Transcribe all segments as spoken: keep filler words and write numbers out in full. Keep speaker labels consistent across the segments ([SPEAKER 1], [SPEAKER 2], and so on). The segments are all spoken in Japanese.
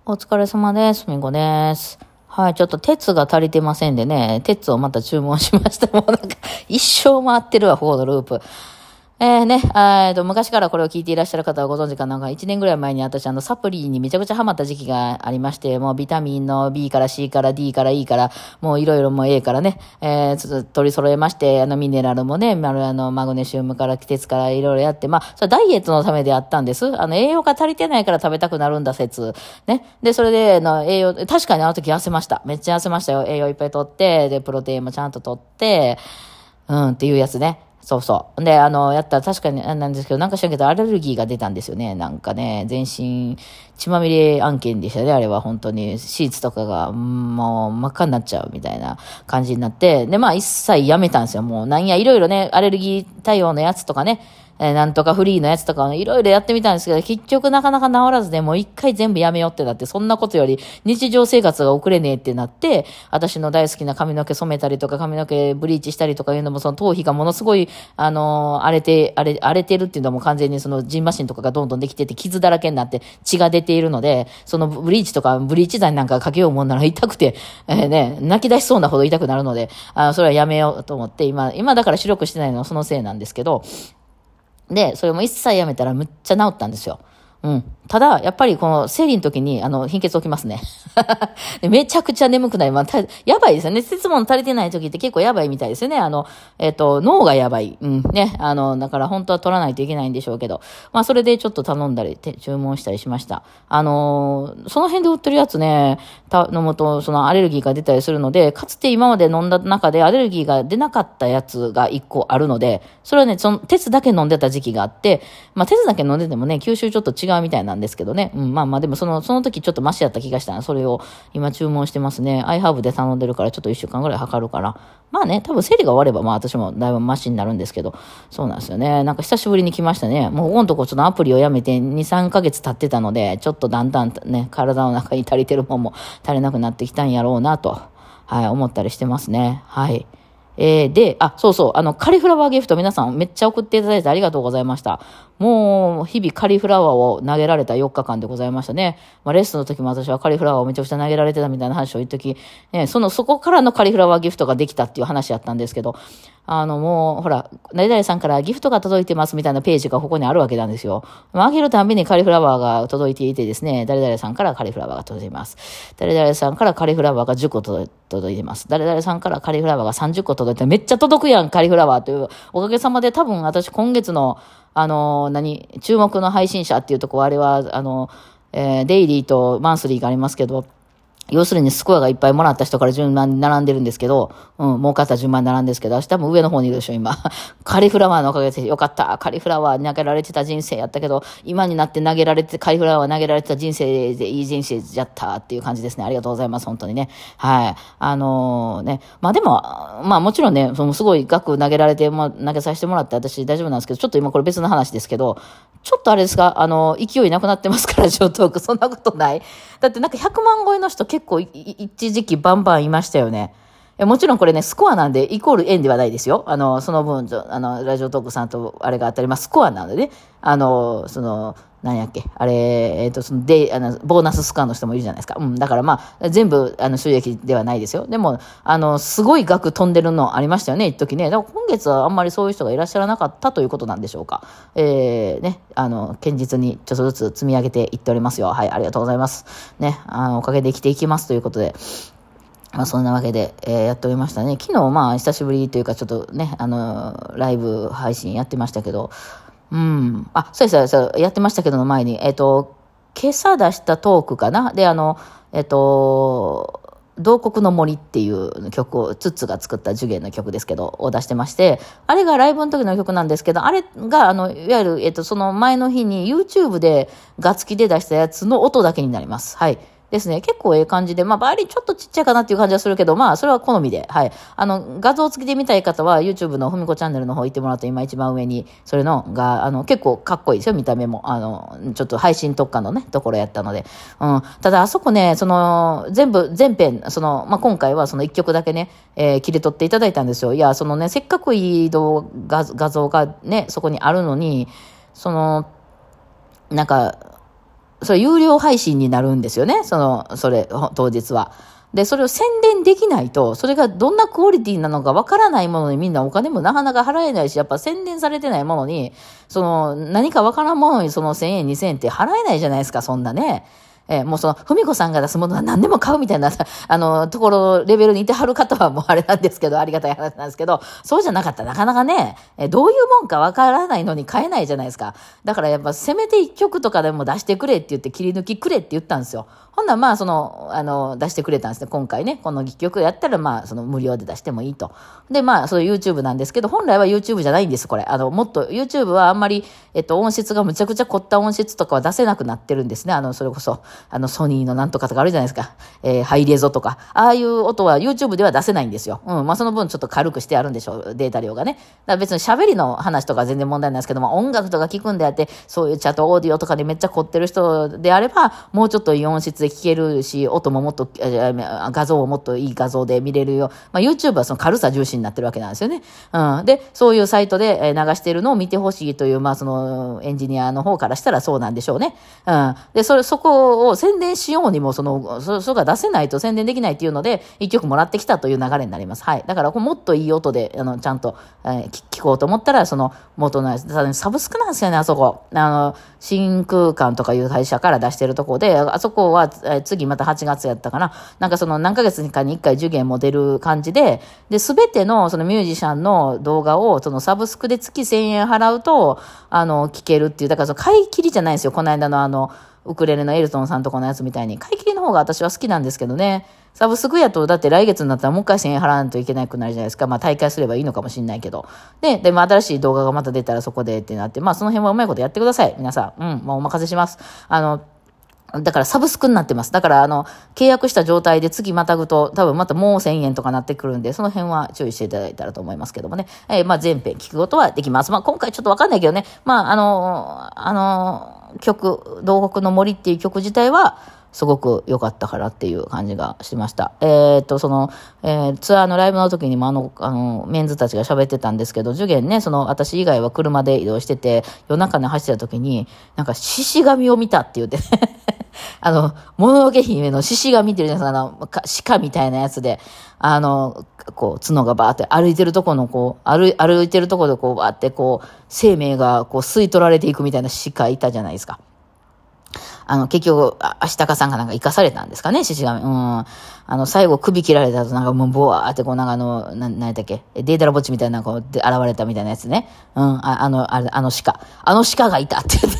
[SPEAKER 1] お疲れ様です。みんごです。はい、ちょっと鉄が足りてませんでね、鉄をまた注文しました。もうなんか、一生回ってるわ、ここのループ。えーね、あーえっと、昔からこれを聞いていらっしゃる方はご存知かなんか、一年ぐらい前に私、あの、サプリにめちゃくちゃハマった時期がありまして、もうビタミンの B から C から D から E から、もういろいろもう A からね、えー、ちょっと取り揃えまして、あの、ミネラルもね、まるあの、マグネシウムから鉄からいろいろやって、まあ、それダイエットのためであったんです。あの、栄養が足りてないから食べたくなるんだ説。ね。で、それで、あの、栄養、確かにあの時痩せました。めっちゃ痩せましたよ。栄養いっぱい取って、で、プロテインもちゃんと取って、うんっていうやつね。そうそう。で、あの、やったら確かになんですけど、なんか知らんけど、アレルギーが出たんですよね。なんかね、全身、血まみれ案件でしたね、あれは本当に。シーツとかが、うんもう真っ赤になっちゃうみたいな感じになって。で、まあ一切やめたんですよ。もうなんや、いろいろね、アレルギー対応のやつとかね、えーなんとかフリーのやつとかいろいろやってみたんですけど、結局なかなか治らずで、もう一回全部やめようってなって、そんなことより日常生活が遅れねえってなって、私の大好きな髪の毛染めたりとか、髪の毛ブリーチしたりとかいうのも、その頭皮がものすごい、あのー荒れて、荒れ、荒れてるっていうのも完全にそのジンマシンとかがどんどんできてて、傷だらけになって血が出ているので、そのブリーチとかブリーチ剤なんかかけようもんなら痛くて、えー、ね、泣き出しそうなほど痛くなるので、あそれはやめようと思って、今、今だから白くしてないのはそのせいなんですけど、で、それも一切やめたらむっちゃ治ったんですよ。うん。ただ、やっぱりこの生理の時に、あの、貧血起きますね。でめちゃくちゃ眠くなり、まあ、たやばいですよね。鉄分足りてない時って結構やばいみたいですよね。あの、えっ、と、脳がやばい。うん。ね。あの、だから本当は取らないといけないんでしょうけど。まあ、それでちょっと頼んだり、て注文したりしました。あのーその辺で売ってるやつね、た飲むと、そのアレルギーが出たりするので、かつて今まで飲んだ中でアレルギーが出なかったやつが一個あるので、それはね、その、鉄だけ飲んでた時期があって、まあ、鉄だけ飲んでてもね、吸収ちょっと違うみたいなんですけどね。うん、まあまあ、でもその、その時ちょっとマシやった気がしたら、それを今注文してますね。アイハーブで頼んでるから、ちょっと一週間ぐらい測るから。まあね、多分生理が終われば、まあ私もだいぶマシになるんですけど、そうなんですよね。なんか久しぶりに来ましたね。もうここのとこちょっとアプリをやめてに、さんかげつ経ってたので、ちょっとだんだんね、体の中に足りてるもんも足りなくなってきたんやろうなと、はい、思ったりしてますね。はい。えー、で、あ、そうそう、あの、カリフラワーギフト皆さんめっちゃ送っていただいてありがとうございました。もう、日々カリフラワーを投げられたよっかかんでございましたね。まあ、レッスンの時も私はカリフラワーをめちゃくちゃ投げられてたみたいな話を言っとき、ね、その、そこからのカリフラワーギフトができたっていう話やったんですけど、あの、もう、ほら、誰々さんからギフトが届いてますみたいなページがここにあるわけなんですよ。まあ、開けるたんびにカリフラワーが届いていてですね、誰々さんからカリフラワーが届いています。誰々さんからカリフラワーがじゅっこ届いています。誰々さんからカリフラワーがさんじゅっこ届いて、めっちゃ届くやん、カリフラワーという。おかげさまで多分私今月の、あの、何、注目の配信者っていうところ、あれは、あの、えーデイリーとマンスリーがありますけど、要するにスコアがいっぱいもらった人から順番に並んでるんですけど、うん、儲かった順番に並んでるんですけど、明日も上の方にいるでしょ、今。カリフラワーのおかげでよかった。カリフラワー投げられてた人生やったけど、今になって投げられて、カリフラワー投げられてた人生でいい人生やったっていう感じですね。ありがとうございます、本当にね。はい。あのーね。まあでも、まあもちろんね、そのすごい額投げられて、まあ投げさせてもらって私大丈夫なんですけど、ちょっと今これ別の話ですけど、ちょっとあれですか、あの、勢いなくなってますから、ジョートーク。そんなことない。だってなんかひゃくまん超えの人結構一時期バンバンいましたよね。もちろんこれね、スコアなんで、イコール円ではないですよ。あの、その分、あの、ラジオトークさんとあれが当たります。スコアなのでね。あの、その、何やっけ、あれ、えっと、その、で、あの、ボーナススコアの人もいるじゃないですか。うん、だからまあ、全部、あの、収益ではないですよ。でも、あの、すごい額飛んでるのありましたよね、一時ね。だから今月はあんまりそういう人がいらっしゃらなかったということなんでしょうか。えー、ね、あの、堅実にちょっとずつ積み上げていっておりますよ。はい、ありがとうございます。ね、あの、おかげで生きていきますということで。まあそんなわけで、えー、やっておりましたね。昨日まあ久しぶりというかちょっとね、あの、ライブ配信やってましたけど、うん。あ、そうです、そうです、やってましたけどの前に、えっと、今朝出したトークかなで、あの、えっと、洞窟の森っていう曲を、ツッツが作ったジュゲンの曲ですけど、を出してまして、あれがライブの時の曲なんですけど、あれが、あの、いわゆる、えっと、その前の日に YouTube でガツキで出したやつの音だけになります。はい。ですね。結構ええ感じで、まあ、バリちょっとちっちゃいかなっていう感じはするけど、まあ、それは好みで、はい。あの、画像付きで見たい方は、YouTube のふみこチャンネルの方行ってもらうと、今一番上に、それのが、あの、結構かっこいいですよ、見た目も。あの、ちょっと配信特化のね、ところやったので。うん。ただ、あそこね、その、全部、全編、その、まあ、今回はその一曲だけね、えー切り取っていただいたんですよ。いや、そのね、せっかくいい動画、画像がね、そこにあるのに、その、なんか、 それ有料配信になるんですよね。その、それ、当日は。で、それを宣伝できないと、それがどんなクオリティなのかわからないものにみんなお金もなかなか払えないし、やっぱ宣伝されてないものに、その、何かわからんものにそのせんえん、にせんえんって払えないじゃないですか、そんなね。えー、もうその、ふみこさんが出すものは何でも買うみたいな、あの、ところ、レベルにいてはる方はもうあれなんですけど、ありがたい話なんですけど、そうじゃなかったらなかなかね、えー、どういうもんかわからないのに買えないじゃないですか。だからやっぱ、せめて一曲とかでも出してくれって言って、切り抜きくれって言ったんですよ。ほんならまあ、その、あの、出してくれたんですね。今回ね、この一曲やったらまあ、その無料で出してもいいと。で、まあ、そういう YouTube なんですけど、本来は YouTube じゃないんです、これ。あの、もっと、YouTube はあんまり、えっと、音質がむちゃくちゃ凝った音質とかは出せなくなってるんですね。あの、それこそ、あの、ソニーのなんとかとかあるじゃないですか。えー、ハイレゾとか。ああいう音は YouTube では出せないんですよ。うん。まあ、その分ちょっと軽くしてあるんでしょう。データ量がね。だから別に喋りの話とか全然問題ないですけども、音楽とか聞くんであって、そういうチャットオーディオとかでめっちゃ凝ってる人であれば、もうちょっといい音質で聞けるし、音ももっと、画像をもっといい画像で見れるよ。まあ、YouTube はその軽さ重視になってるわけなんですよね。うん。で、そういうサイトで流しているのを見てほしいという、まあ、そのエンジニアの方からしたらそうなんでしょうね。うん。で、それ、そこを宣伝しようにも、その、そ、それが出せないと宣伝できないっていうので、一曲もらってきたという流れになります。はい。だから、もっといい音で、あの、ちゃんと、えー、聞、聞こうと思ったら、その、元のやつ、サブスクなんですよね、あそこ。あの、新空間とかいう会社から出してるとこで、あそこは、えー、次またはちがつやったかな。なんかその何ヶ月かにいっかい授業も出る感じで、で、すべてのそのミュージシャンの動画をそのサブスクで月せんえん払うと、あの、聞けるっていう、だからその買い切りじゃないんですよ。この間のあの、ウクレレのエルトンさんとこのやつみたいに。買い切りの方が私は好きなんですけどね。サブスクやと、だって来月になったらもう一回せんえん払わないといけなくなるじゃないですか。まあ大会すればいいのかもしれないけど。で、でも新しい動画がまた出たらそこでってなって、まあその辺はうまいことやってください。皆さん。うん、もうお任せします。あの、だからサブスクになってます。だからあの、契約した状態で次またぐと、多分またもうせんえんとかなってくるんで、その辺は注意していただいたらと思いますけどもね。えー、まあ全編聞くことはできます。まあ今回ちょっとわかんないけどね。まああの、あの、曲、洞窟の森っていう曲自体は、すごく良かったからっていう感じがしました。えっと、その、えー、ツアーのライブの時にもあの、あの、メンズたちが喋ってたんですけど、受験ね、その、私以外は車で移動してて、夜中に走ってた時に、なんか、獅子神を見たって言ってね。あの、もののけ姫の獅子神っていうじゃないですか、あの、鹿みたいなやつで、あの、こう、角がバーって歩いてるとこの、こう、歩、歩いてるとこでこう、バーってこう、生命がこう、吸い取られていくみたいな鹿いたじゃないですか。あの、結局、アシタカさんがなんか生かされたんですかね、獅子神。うん。あの、最後首切られた後なんかもうボワーってこうなんかあの、な、なんやったっけ、データラボッチみたいなこう、で現れたみたいなやつね。うん。あ、あの、あれ、あの鹿。あの鹿がいたって言って、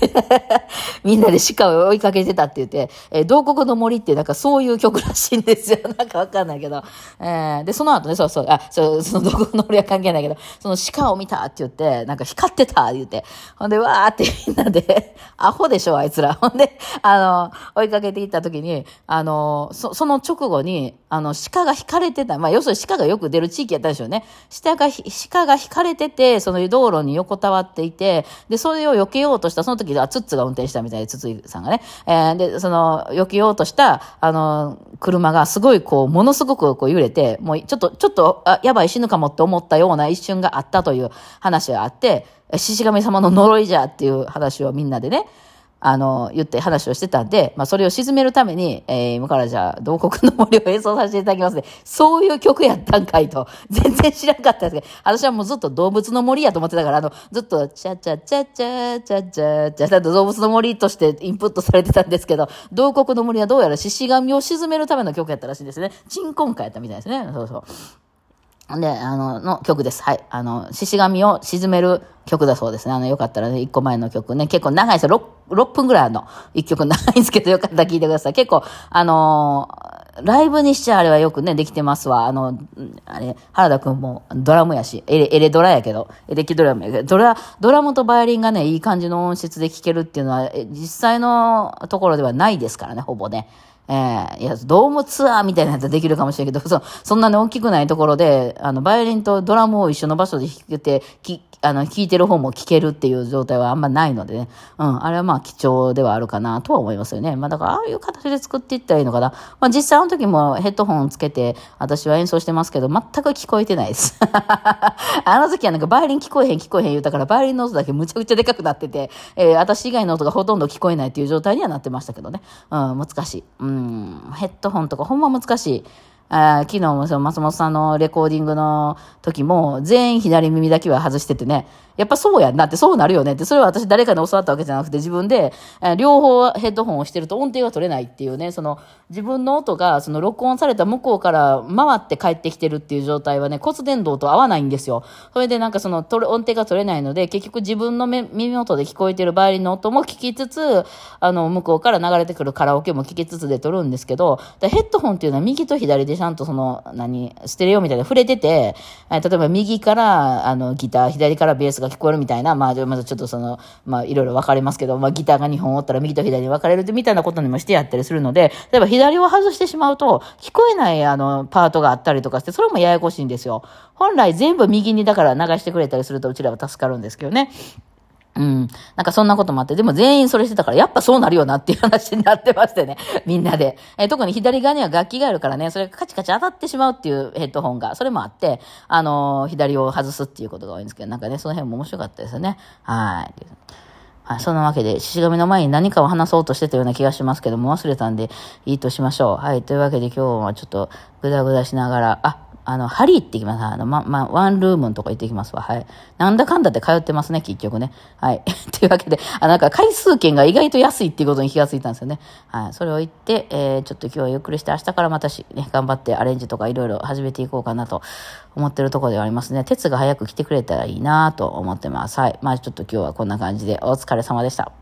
[SPEAKER 1] みんなで鹿を追いかけてたって言って、えー、洞窟の森ってなんかそういう曲らしいんですよ。なんかわかんないけど。えー、で、その後ね、そうそう、あ、そう、その洞窟の森は関係ないけど、その鹿を見たって言って、なんか光ってたって言って、ほんで、わーってみんなで、アホでしょ、あいつら。ほんで、あの、追いかけていった時に、あの、そ、その直後に、あの、鹿が引かれてた。まあ、要するに鹿がよく出る地域やったでしょうね。鹿が、鹿が引かれてて、その道路に横たわっていて、で、それを避けようとした、その時、あ、ツッツが運転したみたいで、ツッツさんがね。えー、で、その、避けようとした、あの、車がすごい、こう、ものすごくこう揺れて、もう、ちょっと、ちょっと、あ、やばい、死ぬかもって思ったような一瞬があったという話があって、獅子神様の呪いじゃっていう話をみんなでね、あの、言って話をしてたんで、まあ、それを鎮めるために、えー、今からじゃあ、洞窟の森を演奏させていただきますね。そういう曲やったんかいと。全然知らんかったんですけど、私はもうずっと動物の森やと思ってたから、あの、ずっと、チャチャチャチャチャチャチャ、動物の森としてインプットされてたんですけど、洞窟の森はどうやら獅子神を鎮めるための曲やったらしいんですね。鎮魂歌やったみたいですね。そうそう。で、あの、の曲です。はい。あの、獅子神を鎮める曲だそうですね。あの、よかったらね、一個前の曲ね、結構長いですよ。ろく、ろっぷんぐらいの一曲長いんですけど、よかったら聴いてください。結構、あのー、ライブにしちゃあれはよくね、できてますわ。あの、あれ、原田くんもドラムやし、エレ、エレドラやけど、エレキドラムやけど、ドラ、ドラムとバイオリンがね、いい感じの音質で聴けるっていうのは、実際のところではないですからね、ほぼね。ええー、いや、ドームツアーみたいなやつできるかもしれんけど、そ、そんなに大きくないところで、あの、バイオリンとドラムを一緒の場所で弾けて、き、 あの、聞いてる方も聞けるっていう状態はあんまないのでね。うん、あれはまあ貴重ではあるかなとは思いますよね。まあだからああいう形で作っていったらいいのかな。まあ実際あの時もヘッドホンつけて私は演奏してますけど、全く聞こえてないです。あの時はなんかバイオリン聞こえへん聞こえへん言うたから、バイオリンの音だけむちゃくちゃでかくなってて、えー、私以外の音がほとんど聞こえないっていう状態にはなってましたけどね。うん、難しい。うん、ヘッドホンとかほんま難しい。あ昨日もその松本さんのレコーディングの時も全員左耳だけは外しててね、やっぱそうやんなってそうなるよねって、それは私誰かに教わったわけじゃなくて自分で、え両方ヘッドホンをしてると音程が取れないっていうね、その自分の音がその録音された向こうから回って帰ってきてるっていう状態はね、骨伝導と合わないんですよ。それでなんかその音程が取れないので、結局自分の耳元で聞こえてるバイオリンの音も聞きつつ、あの向こうから流れてくるカラオケも聞きつつで撮るんですけど、ヘッドホンっていうのは右と左でちゃんとその何ステレオみたいな触れてて、例えば右からあのギター、左からベースが聞こえるみたいな、まあまずちょっとそのまあいろいろ分かりますけど、まあギターがにほんおったら右と左に分かれるみたいなことにもしてやったりするので、例えば左を外してしまうと聞こえないあのパートがあったりとかして、それもややこしいんですよ。本来全部右にだから流してくれたりするとうちらは助かるんですけどね。うん。なんかそんなこともあって、でも全員それしてたから、やっぱそうなるよなっていう話になってましてね。みんなで。えー、特に左側には楽器があるからね、それがカチカチ当たってしまうっていうヘッドホンが、それもあって、あのー、左を外すっていうことが多いんですけど、なんかね、その辺も面白かったですよね。はい。はい、そんなわけで、獅子神の前に何かを話そうとしてたような気がしますけども、忘れたんでいいとしましょう。はい。というわけで今日はちょっとぐだぐだしながら、あ、あの、ハリーって行きます。あの、ま、ま、ワンルームのとこ行ってきますわ。はい。なんだかんだって通ってますね、結局ね。はい。というわけで、あ、なんか回数券が意外と安いっていうことに気がついたんですよね。はい。それを言って、えー、ちょっと今日はゆっくりして、明日からまたし、ね、頑張ってアレンジとかいろいろ始めていこうかなと思ってるところではありますね。鉄が早く来てくれたらいいなと思ってます。はい。まあちょっと今日はこんな感じでお疲れ様でした。